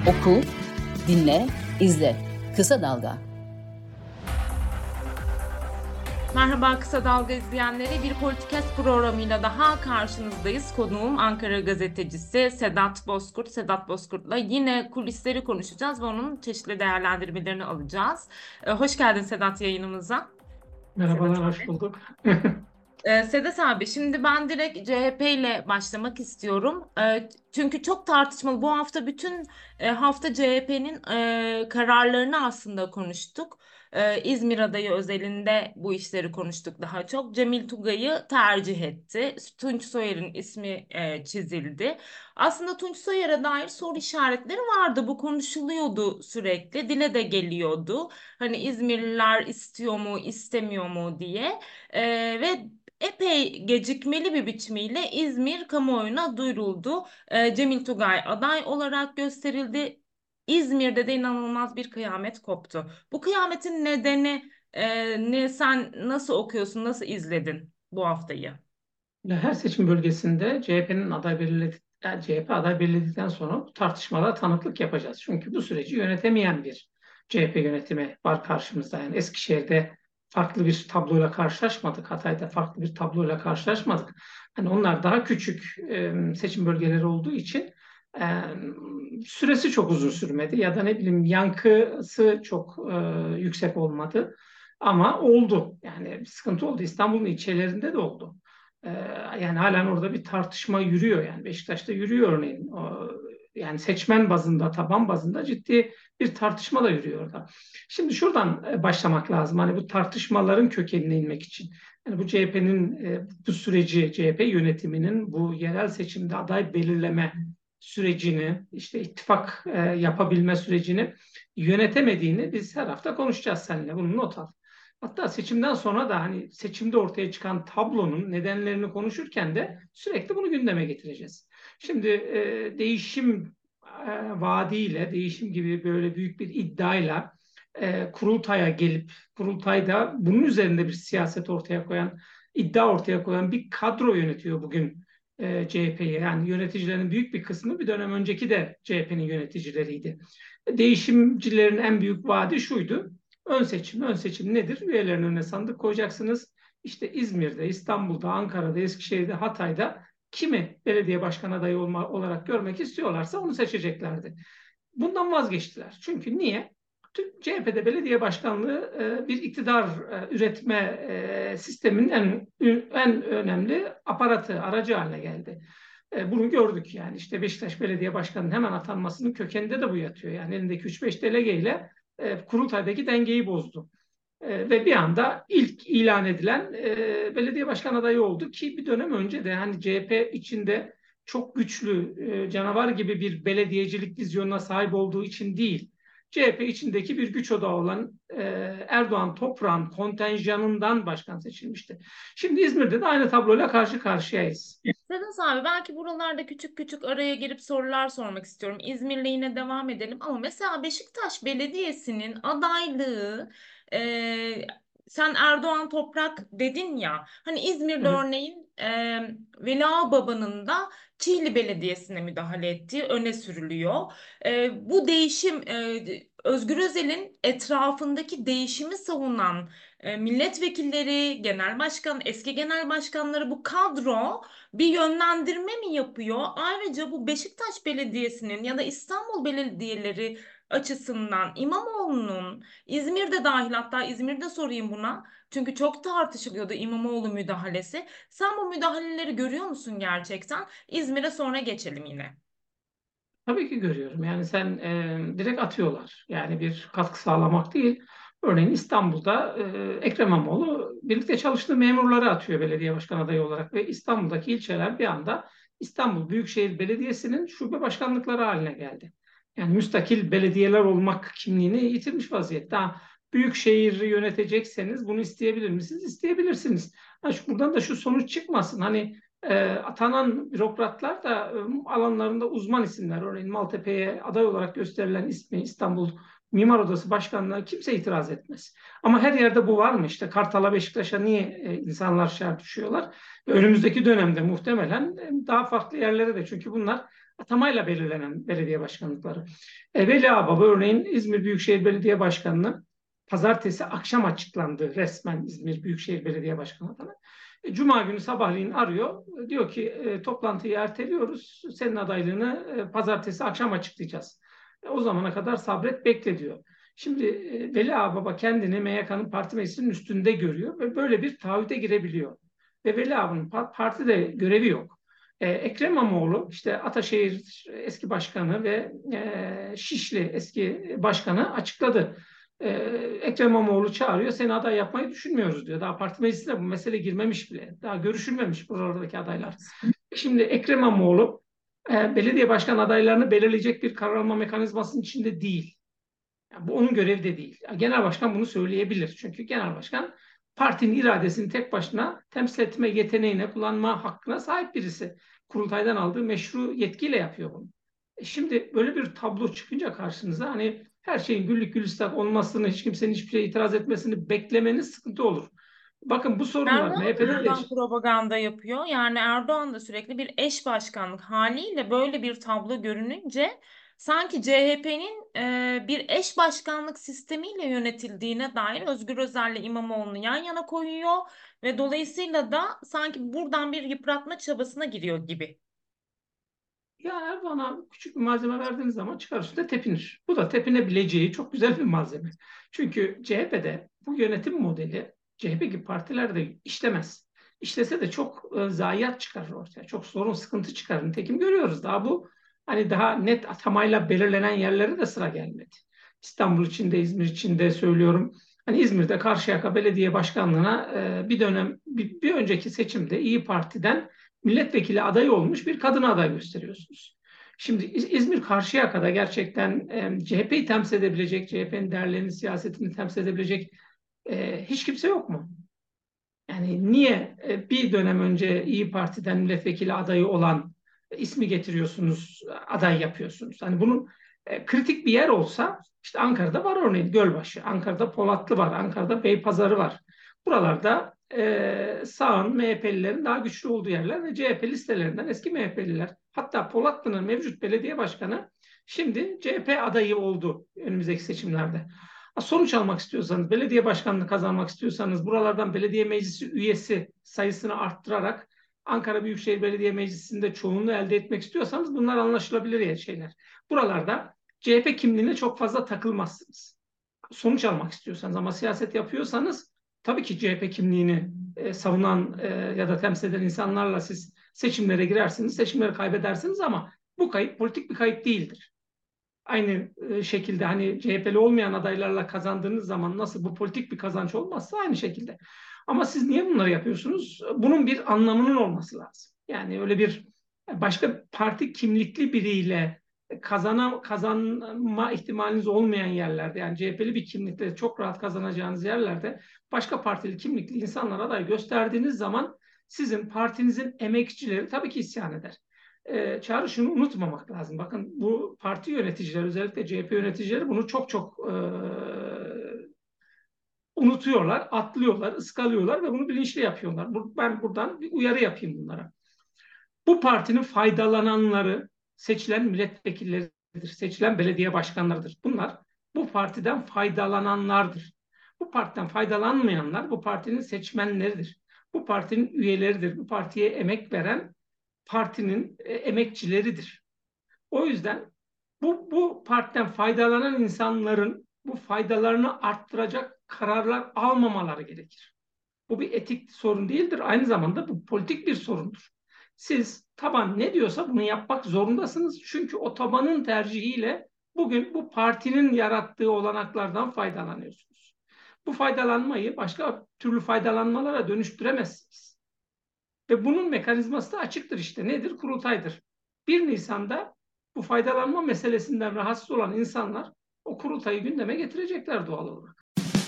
Oku, dinle, izle. Kısa Dalga. Merhaba Kısa Dalga izleyenleri, bir Politikast programıyla daha karşınızdayız. Konuğum Ankara gazetecisi Sedat Bozkurt. Sedat Bozkurt'la yine kulisleri konuşacağız ve onun çeşitli değerlendirmelerini alacağız. Hoş geldin Sedat yayınımıza. Sedat Merhabalar, hoş abi. bulduk. Sedat abi, şimdi ben direkt CHP ile başlamak istiyorum. Çünkü çok tartışmalı. Bu hafta bütün hafta CHP'nin kararlarını aslında konuştuk. İzmir adayı özelinde bu işleri konuştuk daha çok. Cemil Tugay'ı tercih etti. Tunç Soyer'in ismi çizildi. Aslında Tunç Soyer'e dair soru işaretleri vardı. Bu konuşuluyordu sürekli. Dile de geliyordu. Hani İzmirliler istiyor mu, istemiyor mu diye. Ve epey gecikmeli bir biçimiyle İzmir kamuoyuna duyuruldu. Cemil Tugay aday olarak gösterildi. İzmir'de de inanılmaz bir kıyamet koptu. Bu kıyametin nedeni ne, sen nasıl okuyorsun, nasıl izledin bu haftayı? Her seçim bölgesinde CHP'nin aday belirledi, yani CHP aday belirledikten sonra bu tartışmalara tanıklık yapacağız. Çünkü bu süreci yönetemeyen bir CHP yönetimi var karşımızda. Yani Eskişehir'de farklı bir tabloyla karşılaşmadık. Hatay'da farklı bir tabloyla karşılaşmadık. Hani onlar daha küçük seçim bölgeleri olduğu için e, süresi çok uzun sürmedi ya da ne bileyim yankısı çok yüksek olmadı. Ama oldu. Yani bir sıkıntı oldu. İstanbul'un ilçelerinde de oldu. Ee, Yani halen orada bir tartışma yürüyor. Yani Beşiktaş'ta yürüyor örneğin. Yani seçmen bazında, taban bazında ciddi bir tartışma da yürüyor orada. Şimdi şuradan başlamak lazım. Hani bu tartışmaların kökenine inmek için. Yani bu CHP'nin bu süreci, CHP yönetiminin bu yerel seçimde aday belirleme sürecini, işte ittifak yapabilme sürecini yönetemediğini biz her hafta konuşacağız seninle. Bunu not al. Hatta seçimden sonra da hani seçimde ortaya çıkan tablonun nedenlerini konuşurken de sürekli bunu gündeme getireceğiz. Şimdi değişim vaadiyle, değişim gibi böyle büyük bir iddiayla kurultaya gelip kurultayda bunun üzerinde bir siyaset ortaya koyan, iddia ortaya koyan bir kadro yönetiyor bugün CHP'yi. Yani yöneticilerin büyük bir kısmı bir dönem önceki de CHP'nin yöneticileriydi. Değişimcilerin en büyük vaadi şuydu: ön seçim. Ön seçim nedir? Üyelerin önüne sandık koyacaksınız. İşte İzmir'de, İstanbul'da, Ankara'da, Eskişehir'de, Hatay'da kimi belediye başkan adayı olarak görmek istiyorlarsa onu seçeceklerdi. Bundan vazgeçtiler. Çünkü niye? CHP'de belediye başkanlığı bir iktidar üretme sisteminin en önemli aparatı, aracı haline geldi. Bunu gördük yani. İşte Beşiktaş Belediye Başkanı'nın hemen atanmasının kökeninde de bu yatıyor. Yani elindeki 3-5 delegeyle kurultaydaki dengeyi bozdu. Ve bir anda ilk ilan edilen belediye başkan adayı oldu ki bir dönem önce de hani CHP içinde çok güçlü canavar gibi bir belediyecilik vizyonuna sahip olduğu için değil, CHP içindeki bir güç odağı olan Erdoğan Toprağ'ın kontenjanından başkan seçilmişti. Şimdi İzmir'de de aynı tabloyla karşı karşıyayız. Sedat abi, belki buralarda küçük küçük araya girip sorular sormak istiyorum. İzmir'le yine devam edelim ama mesela Beşiktaş Belediyesi'nin adaylığı, e, sen Erdoğan Toprak dedin ya, hani İzmir'de Evet. örneğin Veli Ağababa'nın da Çiğli Belediyesi'ne müdahale ettiği öne sürülüyor. Bu değişim, Özgür Özel'in etrafındaki değişimi savunan milletvekilleri, genel başkan, eski genel başkanları, bu kadro bir yönlendirme mi yapıyor? Ayrıca bu Beşiktaş Belediyesi'nin ya da İstanbul belediyeleri açısından İmamoğlu'nun, İzmir'de dahil, hatta İzmir'de sorayım buna. Çünkü çok tartışılıyordu İmamoğlu müdahalesi. Sen bu müdahaleleri görüyor musun gerçekten? İzmir'e sonra geçelim yine. Tabii ki görüyorum. Yani sen direkt atıyorlar. Yani bir katkı sağlamak değil. Örneğin İstanbul'da Ekrem İmamoğlu birlikte çalıştığı memurları atıyor belediye başkan adayı olarak ve İstanbul'daki ilçeler bir anda İstanbul Büyükşehir Belediyesi'nin şube başkanlıkları haline geldi. Yani müstakil belediyeler olmak kimliğini yitirmiş vaziyette. Ha, büyük şehri yönetecekseniz bunu isteyebilir misiniz? İsteyebilirsiniz. Ha, buradan da şu sonuç çıkmasın. Hani atanan bürokratlar da alanlarında uzman isimler. Örneğin Maltepe'ye aday olarak gösterilen ismi İstanbul Mimar Odası Başkanlığı'na kimse itiraz etmez. Ama her yerde bu var mı? İşte Kartal'a, Beşiktaş'a niye insanlar şer düşüyorlar? Önümüzdeki dönemde muhtemelen daha farklı yerlere de, çünkü bunlar atamayla belirlenen belediye başkanlıkları. Veli Ağbaba örneğin İzmir Büyükşehir Belediye Başkanlığı pazartesi akşam açıklandı resmen İzmir Büyükşehir Belediye Başkanı adına. Cuma günü sabahleyin arıyor. Diyor ki toplantıyı erteliyoruz. Senin adaylığını pazartesi akşam açıklayacağız. O zamana kadar sabret, bekle diyor. Şimdi Veli Ağbaba kendini MYK'nın parti meclisinin üstünde görüyor ve böyle bir taahhüde girebiliyor. Ve Veli Ağabey'in partide görevi yok. Ekrem İmamoğlu, işte Ataşehir eski başkanı ve Şişli eski başkanı açıkladı. Ekrem İmamoğlu çağırıyor, seni aday yapmayı düşünmüyoruz diyor. Daha parti meclisine bu mesele girmemiş bile. Daha görüşülmemiş buralardaki adaylar. Şimdi Ekrem İmamoğlu belediye başkan adaylarını belirleyecek bir karar alma mekanizmasının içinde değil. Yani bu onun görevi de değil. Yani genel başkan bunu söyleyebilir. Çünkü genel başkan partinin iradesini tek başına temsil etme yeteneğine, kullanma hakkına sahip birisi. Kurultaydan aldığı meşru yetkiyle yapıyor bunu. Şimdi böyle bir tablo çıkınca karşınıza, hani her şeyin güllük gülistak olmasını, hiç kimsenin hiçbir şeye itiraz etmesini beklemeniz sıkıntı olur. Bakın bu sorunlar Erdoğan da MHP'de de buradan propaganda yapıyor. Yani Erdoğan da sürekli bir eş başkanlık haliyle böyle bir tablo görününce sanki CHP'nin bir eş başkanlık sistemiyle yönetildiğine dair Özgür Özel'le İmamoğlu'nu yan yana koyuyor ve dolayısıyla da sanki buradan bir yıpratma çabasına giriyor gibi. ya Erdoğan'a küçük bir malzeme verdiğiniz zaman çıkar üstüne tepinir. Bu da tepinebileceği çok güzel bir malzeme. Çünkü CHP'de bu yönetim modeli CHP gibi partilerde işlemez. İşlese de çok zayiat çıkarır ortaya. Çok sorun, sıkıntı çıkarır. Nitekim görüyoruz. Daha bu hani daha net atamayla belirlenen yerlere de sıra gelmedi. İstanbul içinde, İzmir içinde söylüyorum. Hani İzmir'de Karşıyaka Belediye Başkanlığı'na bir dönem bir önceki seçimde İyi Parti'den milletvekili adayı olmuş bir kadın aday gösteriyorsunuz. Şimdi İzmir Karşıyaka'da gerçekten CHP'yi temsil edebilecek, CHP'nin değerlerini, siyasetini temsil edebilecek hiç kimse yok mu? Yani niye bir dönem önce İyi Parti'den milletvekili adayı olan ismi getiriyorsunuz, aday yapıyorsunuz? Hani bunun kritik bir yer olsa, işte Ankara'da var örneğin Gölbaşı, Ankara'da Polatlı var, Ankara'da Beypazarı var. Buralarda sağın, MHP'lilerin daha güçlü olduğu yerler ve CHP listelerinden eski MHP'liler, hatta Polatlı'nın mevcut belediye başkanı şimdi CHP adayı oldu önümüzdeki seçimlerde. Sonuç almak istiyorsanız, belediye başkanlığı kazanmak istiyorsanız, buralardan belediye meclisi üyesi sayısını arttırarak Ankara Büyükşehir Belediye Meclisi'nde çoğunluğu elde etmek istiyorsanız bunlar anlaşılabilir şeyler. Buralarda CHP kimliğine çok fazla takılmazsınız. Sonuç almak istiyorsanız, ama siyaset yapıyorsanız tabii ki CHP kimliğini savunan ya da temsil eden insanlarla siz seçimlere girersiniz, seçimleri kaybedersiniz, ama bu kayıp politik bir kayıp değildir. Aynı şekilde hani CHP'li olmayan adaylarla kazandığınız zaman nasıl bu politik bir kazanç olmazsa aynı şekilde. Ama siz niye bunları yapıyorsunuz? Bunun bir anlamının olması lazım. Yani öyle bir başka parti kimlikli biriyle kazanma ihtimaliniz olmayan yerlerde, yani CHP'li bir kimlikle çok rahat kazanacağınız yerlerde başka partili kimlikli insanlara aday gösterdiğiniz zaman sizin partinizin emekçileri tabii ki isyan eder. Çağrı, şunu unutmamak lazım. Bakın bu parti yöneticileri, özellikle CHP yöneticileri bunu çok çok unutuyorlar, atlıyorlar, ıskalıyorlar ve bunu bilinçli yapıyorlar. Ben buradan bir uyarı yapayım bunlara. Bu partinin faydalananları seçilen milletvekilleridir, seçilen belediye başkanlarıdır. Bunlar bu partiden faydalananlardır. Bu partiden faydalanmayanlar bu partinin seçmenleridir. Bu partinin üyeleridir. Bu partiye emek veren partinin emekçileridir. O yüzden bu partiden faydalanan insanların bu faydalarını arttıracak kararlar almamaları gerekir. Bu bir etik sorun değildir. Aynı zamanda bu politik bir sorundur. Siz taban ne diyorsa bunu yapmak zorundasınız. Çünkü o tabanın tercihiyle bugün bu partinin yarattığı olanaklardan faydalanıyorsunuz. Bu faydalanmayı başka türlü faydalanmalara dönüştüremezsiniz. Ve bunun mekanizması da açıktır işte. Nedir? Kurultaydır. 1 Nisan'da bu faydalanma meselesinden rahatsız olan insanlar o kurultayı gündeme getirecekler doğal olarak.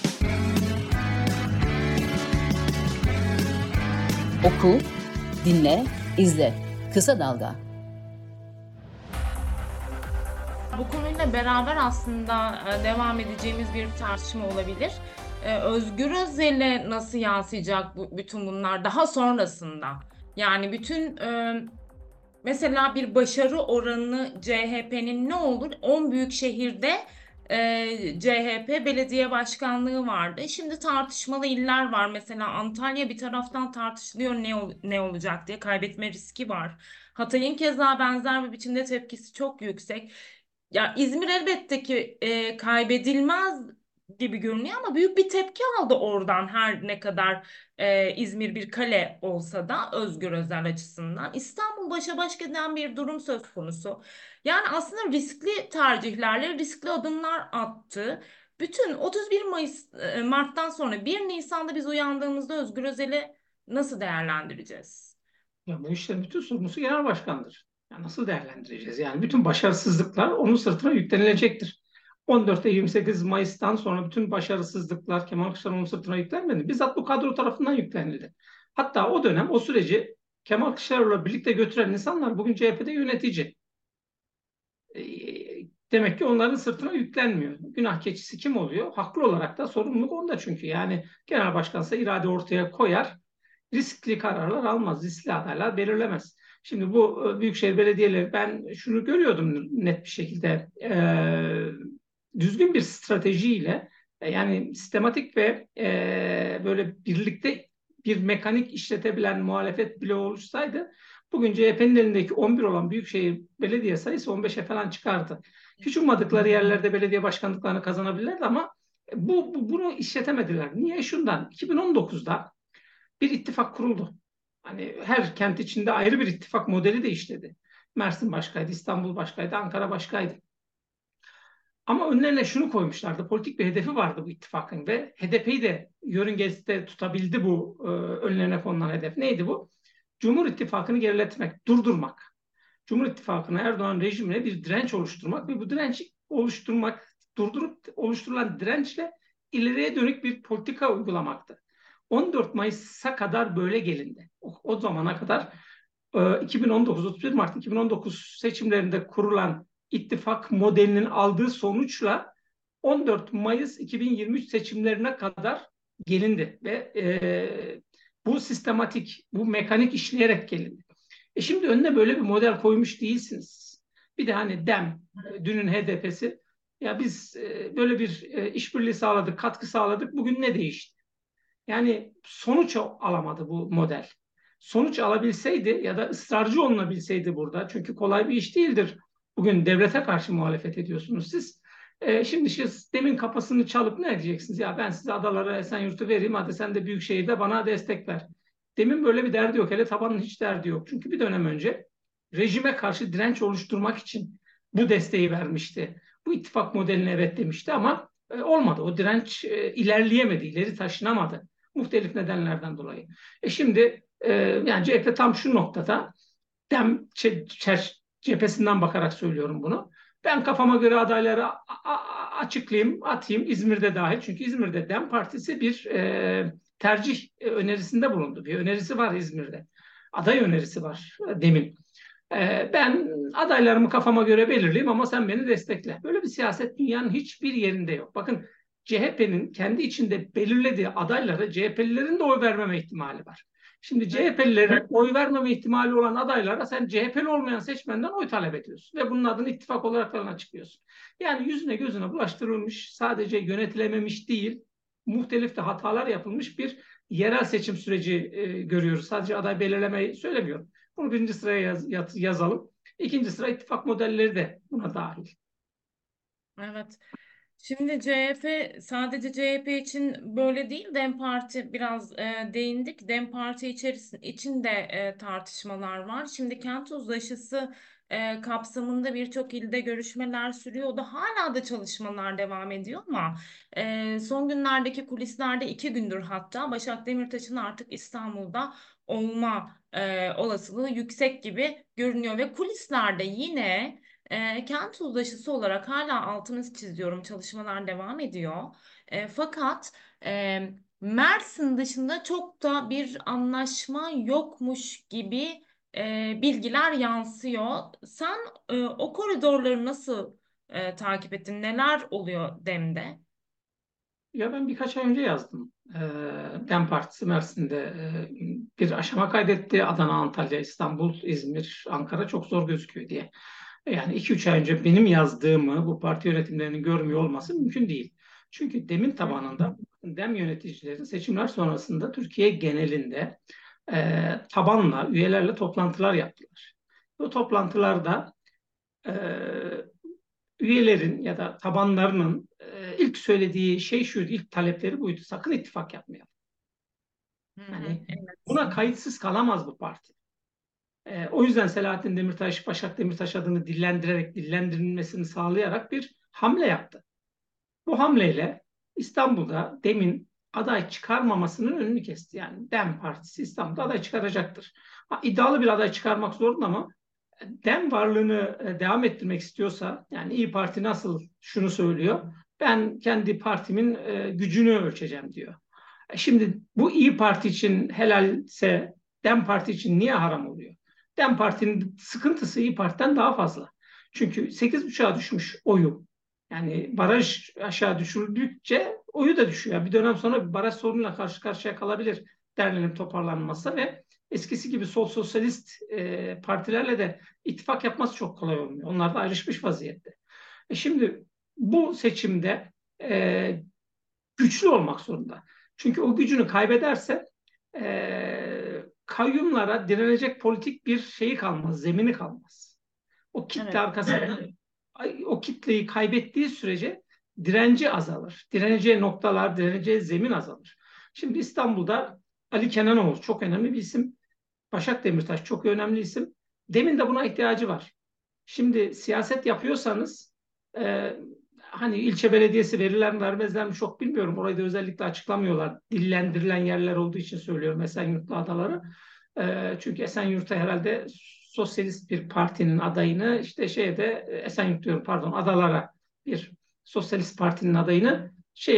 Oku, dinle, izle. Kısa Dalga. Bu konuyla beraber aslında devam edeceğimiz bir tartışma olabilir. Özgür Özel'e nasıl yansıyacak bütün bunlar daha sonrasında? Yani bütün mesela bir başarı oranı CHP'nin ne olur? 10 büyük şehirde CHP belediye başkanlığı vardı. Şimdi tartışmalı iller var. Mesela Antalya bir taraftan tartışılıyor ne olacak diye kaybetme riski var. Hatay'ın keza benzer bir biçimde tepkisi çok yüksek. Ya İzmir elbette ki kaybedilmez gibi görünüyor ama büyük bir tepki aldı oradan her ne kadar İzmir bir kale olsa da Özgür Özel açısından. İstanbul başa baş giden bir durum söz konusu. Yani aslında riskli tercihlerle riskli adımlar attı. Bütün 31 Mart'tan sonra 1 Nisan'da biz uyandığımızda Özgür Özel'i nasıl değerlendireceğiz? Ya bu işlerin bütün sorumlusu genel başkandır. Ya nasıl değerlendireceğiz? Yani bütün başarısızlıklar onun sırtına yüklenilecektir. 14 ve 28 Mayıs'tan sonra bütün başarısızlıklar Kemal Kılıçdaroğlu'nun sırtına yüklenmedi. Bizzat bu kadro tarafından yüklenildi. Hatta o dönem, o süreci Kemal Kılıçdaroğlu'la birlikte götüren insanlar bugün CHP'de yönetici. E, Demek ki onların sırtına yüklenmiyor. Günah keçisi kim oluyor? Haklı olarak da sorumluluk onda çünkü. Yani genel başkansa irade ortaya koyar, riskli kararlar almaz, riskli adaylar belirlemez. Şimdi bu büyükşehir belediyeleri ben şunu görüyordum net bir şekilde düzgün bir stratejiyle yani sistematik ve böyle birlikte bir mekanik işletebilen muhalefet bile oluşsaydı bugün CHP'nin elindeki 11 olan büyükşehir belediye sayısı 15'e falan çıkardı. Hiç ummadıkları yerlerde belediye başkanlıklarını kazanabilirlerdi ama bunu işletemediler. Niye? Şundan 2019'da bir ittifak kuruldu. Hani her kent içinde ayrı bir ittifak modeli de işledi. Mersin başkaydı, İstanbul başkaydı, Ankara başkaydı. Ama önlerine şunu koymuşlardı. Politik bir hedefi vardı bu ittifakın ve HDP'yi de yörüngesinde tutabildi bu önlerine konulan hedef. Neydi bu? Cumhur İttifakı'nı geriletmek, durdurmak. Cumhur İttifakı'na Erdoğan rejimine bir direnç oluşturmak ve bu direnci durdurup oluşturulan dirençle ileriye dönük bir politika uygulamaktı. 14 Mayıs'a kadar böyle gelindi. O zamana kadar 2019, 31 Mart 2019 seçimlerinde kurulan ittifak modelinin aldığı sonuçla 14 Mayıs 2023 seçimlerine kadar gelindi ve bu sistematik, bu mekanik işleyerek gelindi. Şimdi önüne böyle bir model koymuş değilsiniz. Bir de hani dünün HDP'si, ya biz böyle bir işbirliği sağladık, katkı sağladık, bugün ne değişti? Yani sonuç alamadı bu model. Sonuç alabilseydi ya da ısrarcı olunabilseydi burada, çünkü kolay bir iş değildir. Bugün devlete karşı muhalefet ediyorsunuz siz. Şimdi siz demin kapısını çalıp ne diyeceksiniz? Ya ben size adalara, Esenyurt'u vereyim, hadi sen de büyük şehirde bana destek ver. Demin böyle bir derdi yok. Hele tabanın hiç derdi yok. Çünkü bir dönem önce rejime karşı direnç oluşturmak için bu desteği vermişti. Bu ittifak modeline evet demişti ama olmadı. O direnç ilerleyemedi, ileri taşınamadı. Muhtelif nedenlerden dolayı. Şimdi yani CHP tam şu noktada dem cephesinden bakarak söylüyorum bunu. Ben kafama göre adayları açıklayayım, atayım İzmir'de dahil. Çünkü İzmir'de DEM Partisi bir tercih önerisinde bulundu. Bir önerisi var İzmir'de. Aday önerisi var demin. Ben adaylarımı kafama göre belirleyeyim ama sen beni destekle. Böyle bir siyaset dünyanın hiçbir yerinde yok. Bakın CHP'nin kendi içinde belirlediği adaylara CHP'lilerin de oy vermeme ihtimali var. Şimdi CHP'lilerin oy vermeme ihtimali olan adaylara sen CHP'li olmayan seçmenden oy talep ediyorsun. Ve bunun adını ittifak olarak falan açıklıyorsun. Yani yüzüne gözüne bulaştırılmış, sadece yönetilememiş değil, muhtelif de hatalar yapılmış bir yerel seçim süreci görüyoruz. Sadece aday belirlemeyi söylemiyorum. Bunu birinci sıraya yazalım. İkinci sıra ittifak modelleri de buna dahil. Evet. Şimdi CHP sadece CHP için böyle değil, DEM Parti biraz değindik. DEM Parti içinde tartışmalar var. Şimdi kent uzlaşısı kapsamında birçok ilde görüşmeler sürüyor. O da hala da çalışmalar devam ediyor ama son günlerdeki kulislerde 2 gündür hatta Başak Demirtaş'ın artık İstanbul'da olma olasılığı yüksek gibi görünüyor ve kulislerde yine kent uzlaşısı olarak hala altını çiziyorum, çalışmalar devam ediyor. Fakat Mersin dışında çok da bir anlaşma yokmuş gibi bilgiler yansıyor. Sen o koridorları nasıl takip ettin? Neler oluyor Dem'de? Ya ben birkaç ay önce yazdım. DEM Partisi Mersin'de bir aşama kaydetti. Adana, Antalya, İstanbul, İzmir, Ankara çok zor gözüküyor diye. Yani 2-3 ay önce benim yazdığımı bu parti yönetimlerinin görmüyor olması mümkün değil. Çünkü DEM'in Hı tabanında DEM yöneticileri seçimler sonrasında Türkiye genelinde tabanla, üyelerle toplantılar yaptılar. Bu toplantılarda e, üyelerin ya da tabanlarının ilk söylediği şey şuydu, ilk talepleri buydu. Sakın ittifak yapmayalım. hı, Yani evet. buna kayıtsız kalamaz bu parti. O yüzden Selahattin Demirtaş, Başak Demirtaş adını dillendirerek, dillendirilmesini sağlayarak bir hamle yaptı. Bu hamleyle İstanbul'da demin aday çıkarmamasının önünü kesti. Yani DEM Partisi İstanbul'da aday çıkaracaktır. Ha, iddialı bir aday çıkarmak zorunda ama DEM varlığını devam ettirmek istiyorsa, yani İyi Parti nasıl şunu söylüyor, ben kendi partimin gücünü ölçeceğim diyor. Şimdi bu İyi Parti için helalse DEM Parti için niye haram oluyor? DEM Parti'nin sıkıntısı İyi Parti'den daha fazla. Çünkü 8,5'a düşmüş oyu. Yani baraj aşağı düşürdükçe oyu da düşüyor. Bir dönem sonra bir baraj sorunuyla karşı karşıya kalabilir derlenip toparlanmazsa ve eskisi gibi sol sosyalist partilerle de ittifak yapması çok kolay olmuyor. Onlar da ayrışmış vaziyette. Şimdi bu seçimde e, güçlü olmak zorunda. Çünkü o gücünü kaybederse kayyumlara direnecek politik bir şeyi kalmaz, zemini kalmaz. O kitle Evet. arkasında o kitleyi kaybettiği sürece direnci azalır. Direneceği noktalar, direneceği zemin azalır. Şimdi İstanbul'da Ali Kenanoğlu çok önemli bir isim. Başak Demirtaş çok önemli isim. Demin de buna ihtiyacı var. Şimdi siyaset yapıyorsanız e, hani ilçe belediyesi verirler mi vermezler mi çok bilmiyorum. Orayı da özellikle açıklamıyorlar. Dillendirilen yerler olduğu için söylüyorum Esenyurtlu adaları. Çünkü Esenyurt'a herhalde sosyalist bir partinin adayını işte Esenyurt diyorum pardon adalara bir sosyalist partinin adayını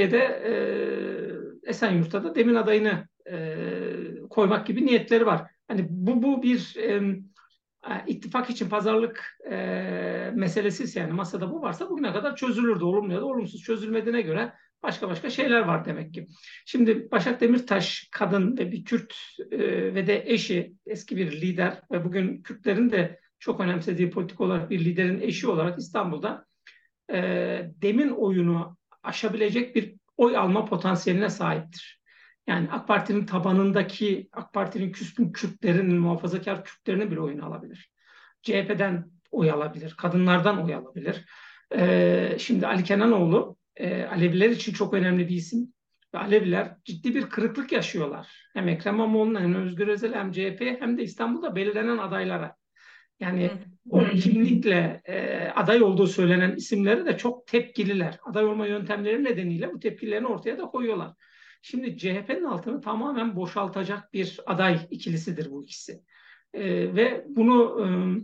Esenyurt'ta da Demin adayını koymak gibi niyetleri var. Hani bu bir ittifak için pazarlık meselesi ise yani masada bu varsa bugüne kadar çözülürdü. Olumlu ya da olumsuz çözülmediğine göre başka şeyler var demek ki. Şimdi Başak Demirtaş kadın ve bir Kürt ve de eşi eski bir lider ve bugün Kürtlerin de çok önemsediği politik olarak bir liderin eşi olarak İstanbul'da demin oyunu aşabilecek bir oy alma potansiyeline sahiptir. Yani AK Parti'nin tabanındaki AK Parti'nin küskün Kürtlerinin, muhafazakar Kürtlerinin bile oyunu alabilir. CHP'den oy alabilir, kadınlardan oy alabilir. Şimdi Ali Kenanoğlu Aleviler için çok önemli bir isim. Ve Aleviler ciddi bir kırıklık yaşıyorlar. Hem Ekrem İmamoğlu'na hem Özgür Özel hem CHP'ye hem de İstanbul'da belirlenen adaylara. Hı Yani o kimlikle aday olduğu söylenen isimleri de çok tepkililer. Aday olma yöntemleri nedeniyle bu tepkilerini ortaya da koyuyorlar. Şimdi CHP'nin altını tamamen boşaltacak bir aday ikilisidir bu ikisi. Ve bunu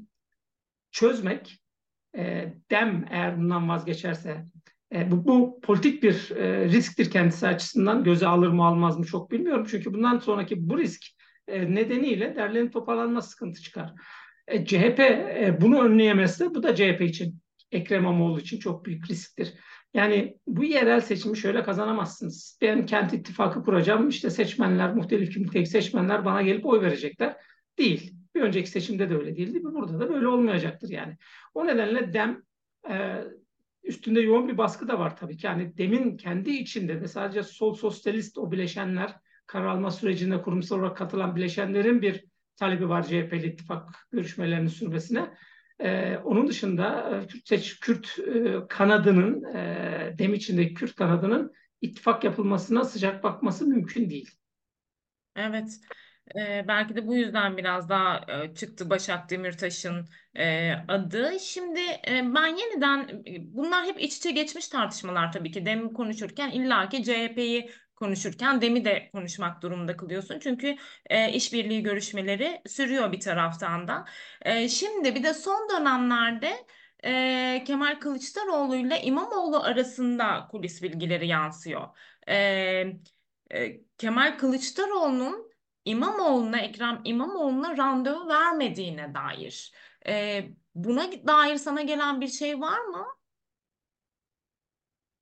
çözmek, DEM eğer bundan vazgeçerse, bu politik bir risktir kendisi açısından. Göze alır mı almaz mı çok bilmiyorum. Çünkü bundan sonraki bu risk nedeniyle derlenip toparlanma sıkıntı çıkar. CHP bunu önleyemezse bu da CHP için, Ekrem İmamoğlu için çok büyük risktir. Yani bu yerel seçimi şöyle kazanamazsınız. Ben kent ittifakı kuracağım. İşte seçmenler, muhtelif kimlikteki seçmenler bana gelip oy verecekler. Değil. Bir önceki seçimde de öyle değildi. Burada da böyle olmayacaktır yani. O nedenle DEM e, üstünde yoğun bir baskı da var tabii ki. Yani DEM'in kendi içinde de sadece sol sosyalist o bileşenler, karar alma sürecinde kurumsal olarak katılan bileşenlerin bir talebi var CHP'li ittifak görüşmelerinin sürmesine. Onun dışında Kürt kanadının, DEM içindeki Kürt kanadının ittifak yapılmasına sıcak bakması mümkün değil. Evet. Belki de bu yüzden biraz daha çıktı Başak Demirtaş'ın adı. Şimdi ben yeniden bunlar hep iç içe geçmiş tartışmalar tabii ki. Dem'i konuşurken illaki CHP'yi konuşurken Dem'i de konuşmak durumunda kalıyorsun. Çünkü işbirliği görüşmeleri sürüyor bir taraftan da. Şimdi bir de son dönemlerde Kemal Kılıçdaroğlu ile İmamoğlu arasında kulis bilgileri yansıyor. E, Kemal Kılıçdaroğlu'nun Ekrem İmamoğlu'na randevu vermediğine dair. Buna dair sana gelen bir şey var mı?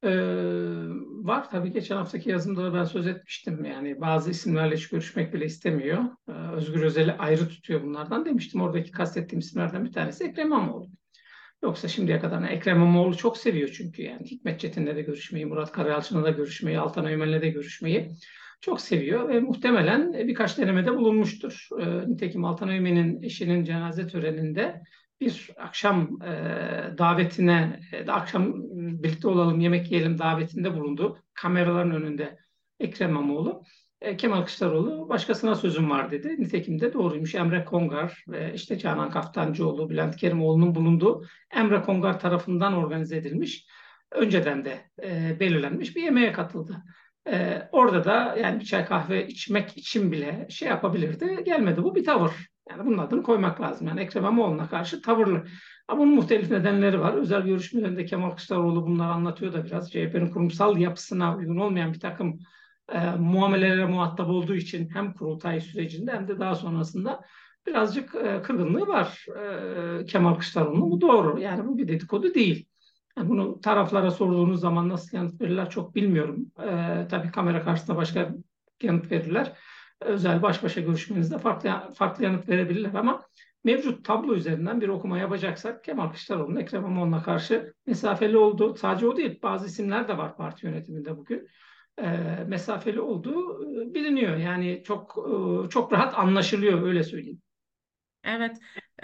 Var tabii, geçen haftaki yazımda da ben söz etmiştim. Yani bazı isimlerle hiç görüşmek bile istemiyor. Özgür Özel'i ayrı tutuyor bunlardan demiştim. Oradaki kastettiğim isimlerden bir tanesi Ekrem İmamoğlu. Yoksa şimdiye kadar Ekrem İmamoğlu çok seviyor çünkü, yani Hikmet Çetin'le de görüşmeyi, Murat Karayalçın'la da görüşmeyi, Altan Öğmen'le de görüşmeyi çok seviyor ve muhtemelen birkaç denemede bulunmuştur. Nitekim Altan Öğmen'in eşinin cenaze töreninde bir akşam davetine, akşam birlikte olalım, yemek yiyelim davetinde bulundu. Kameraların önünde Ekrem İmamoğlu. Kemal Kılıçdaroğlu başkasına sözüm var dedi. Nitekim de doğruymuş. Emre Kongar ve işte Canan Kaftancıoğlu, Bülent Kerimoğlu'nun bulunduğu Emre Kongar tarafından organize edilmiş, önceden de belirlenmiş bir yemeğe katıldı. Orada da yani bir çay kahve içmek için bile şey yapabilirdi. Gelmedi. Bu bir tavır. Yani bunun adını koymak lazım. Yani Ekrem İmamoğlu'na karşı tavırlı. Ama bunun muhtelif nedenleri var. Özel görüşmelerinde Kemal Kılıçdaroğlu bunları anlatıyor da biraz. CHP'nin kurumsal yapısına uygun olmayan bir takım muamelelere muhatap olduğu için hem kurultay sürecinde hem de daha sonrasında birazcık kırgınlığı var Kemal Kılıçdaroğlu'nun. Bu doğru. Yani bu bir dedikodu değil. Yani bunu taraflara sorduğunuz zaman nasıl yanıt verirler çok bilmiyorum. Tabii kamera karşısında başka yanıt verirler. Özel baş başa görüşmenizde farklı yanıt verebilirler ama mevcut tablo üzerinden bir okuma yapacaksak Kemal Kılıçdaroğlu'nun Ekrem İmamoğlu'na karşı mesafeli olduğu, sadece o değil, bazı isimler de var parti yönetiminde bugün. Mesafeli olduğu biliniyor. Yani çok rahat anlaşılıyor, öyle söyleyeyim. Evet.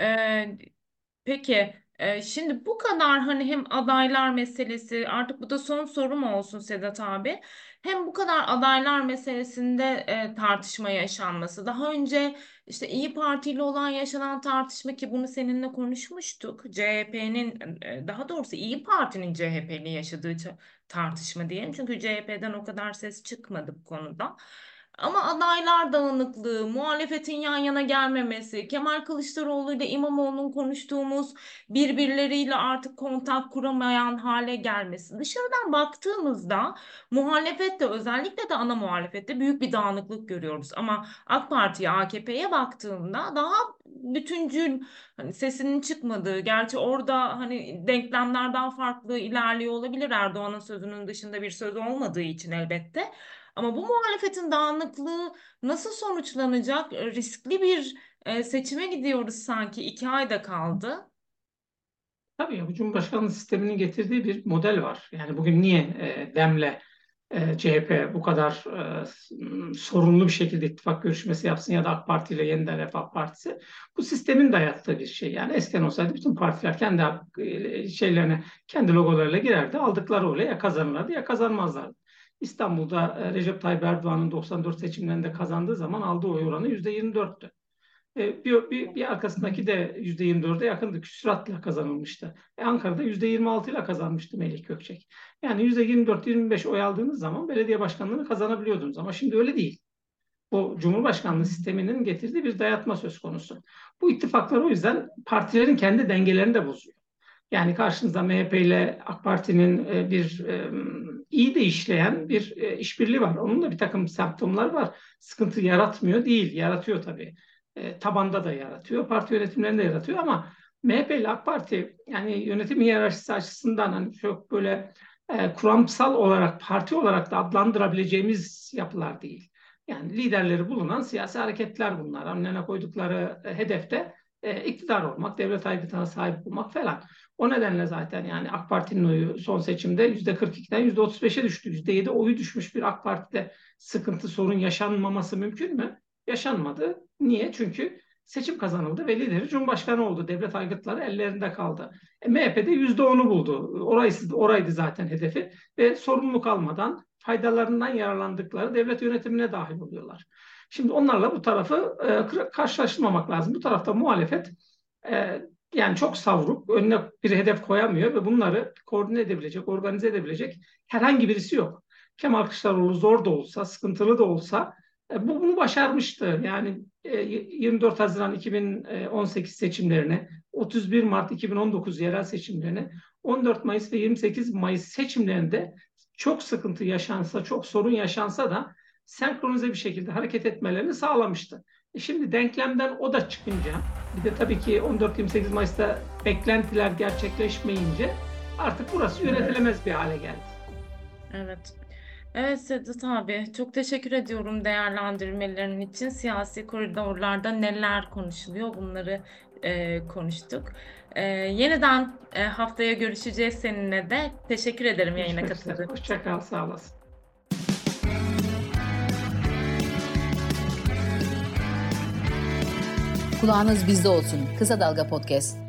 Ee, peki şimdi bu kadar hani hem adaylar meselesi, artık bu da son sorum olsun Sedat abi. Hem bu kadar adaylar meselesinde tartışma yaşanması. Daha önce işte İyi Parti ile olan yaşanan tartışma, ki bunu seninle konuşmuştuk. CHP'nin, daha doğrusu İyi Parti'nin CHP'li yaşadığı tartışma diyelim. Çünkü CHP'den o kadar ses çıkmadı bu konuda. Ama adaylar dağınıklığı, muhalefetin yan yana gelmemesi, Kemal Kılıçdaroğlu ile İmamoğlu'nun konuştuğumuz birbirleriyle artık kontak kuramayan hale gelmesi. Dışarıdan baktığımızda muhalefette, özellikle de ana muhalefette büyük bir dağınıklık görüyoruz. Ama AK Parti'ye, AKP'ye baktığımda daha bütüncül, hani sesinin çıkmadığı, gerçi orada hani denklemler daha farklı ilerliyor olabilir, Erdoğan'ın sözünün dışında bir söz olmadığı için elbette. Ama bu muhalefetin dağınıklığı nasıl sonuçlanacak? Riskli bir seçime gidiyoruz sanki. 2 ayda kaldı. Tabii ya, bu Cumhurbaşkanlığı sisteminin getirdiği bir model var. Yani bugün niye Dem'le CHP bu kadar sorunlu bir şekilde ittifak görüşmesi yapsın ya da AK Parti ile Yeniden Refah Partisi? Bu sistemin dayattığı bir şey. Yani eskiden olsaydı bütün partiler kendi şeylerine, kendi logolarıyla girerdi. Aldıkları oyla ya kazanırlardı ya kazanmazlardı. İstanbul'da Recep Tayyip Erdoğan'ın 94 seçimlerinde kazandığı zaman aldığı oy oranı %24'tü. Bir arkasındaki de %24'e yakındı. Küsuratla kazanılmıştı. Ankara'da %26 ile kazanmıştı Melih Gökçek. Yani %24-25 oy aldığınız zaman belediye başkanlığını kazanabiliyordunuz. Ama şimdi öyle değil. Bu Cumhurbaşkanlığı sisteminin getirdiği bir dayatma söz konusu. Bu ittifaklar o yüzden partilerin kendi dengelerini de bozuyor. Yani karşınızda MHP ile AK Parti'nin iyi de işleyen bir işbirliği var. Onun da bir takım semptomlar var. Sıkıntı yaratmıyor değil, yaratıyor tabii. Tabanda da yaratıyor, parti yönetimlerinde yaratıyor ama MHP ile AK Parti yani yönetim hiyerarşisi açısından hani çok böyle kuramsal olarak, parti olarak da adlandırabileceğimiz yapılar değil. Yani liderleri bulunan siyasi hareketler bunlar. Önlerine koydukları hedefte iktidar olmak, devlet aygıtına sahip olmak falan. O nedenle zaten yani AK Parti'nin oyu son seçimde %42'den %35'e düştü. %7 oyu düşmüş bir AK Parti'de sıkıntı, sorun yaşanmaması mümkün mü? Yaşanmadı. Niye? Çünkü seçim kazanıldı ve lideri Cumhurbaşkanı oldu. Devlet aygıtları ellerinde kaldı. MHP'de %10'u buldu. Oraydı zaten hedefi ve sorumluluk almadan faydalarından yararlandıkları devlet yönetimine dahil oluyorlar. Şimdi onlarla bu tarafı karşılaştırmamak lazım. Bu tarafta muhalefet yani çok savruk, önüne bir hedef koyamıyor ve bunları koordine edebilecek, organize edebilecek herhangi birisi yok. Kemal Kılıçdaroğlu zor da olsa, sıkıntılı da olsa bunu başarmıştı. Yani 24 Haziran 2018 seçimlerini, 31 Mart 2019 yerel seçimlerini, 14 Mayıs ve 28 Mayıs seçimlerinde çok sıkıntı yaşansa, çok sorun yaşansa da senkronize bir şekilde hareket etmelerini sağlamıştı. Şimdi denklemden o da çıkınca, bir de tabii ki 14-28 Mayıs'ta beklentiler gerçekleşmeyince artık burası yönetilemez bir hale geldi. Evet. Evet Sedat abi, çok teşekkür ediyorum değerlendirmelerin için. Siyasi koridorlarda neler konuşuluyor bunları konuştuk. Yeniden haftaya görüşeceğiz seninle de. Teşekkür ederim yayına Görüşmek üzere. katıldığın için. Hoşça kal, sağ olasın. Kulağınız bizde olsun. Kısa Dalga Podcast.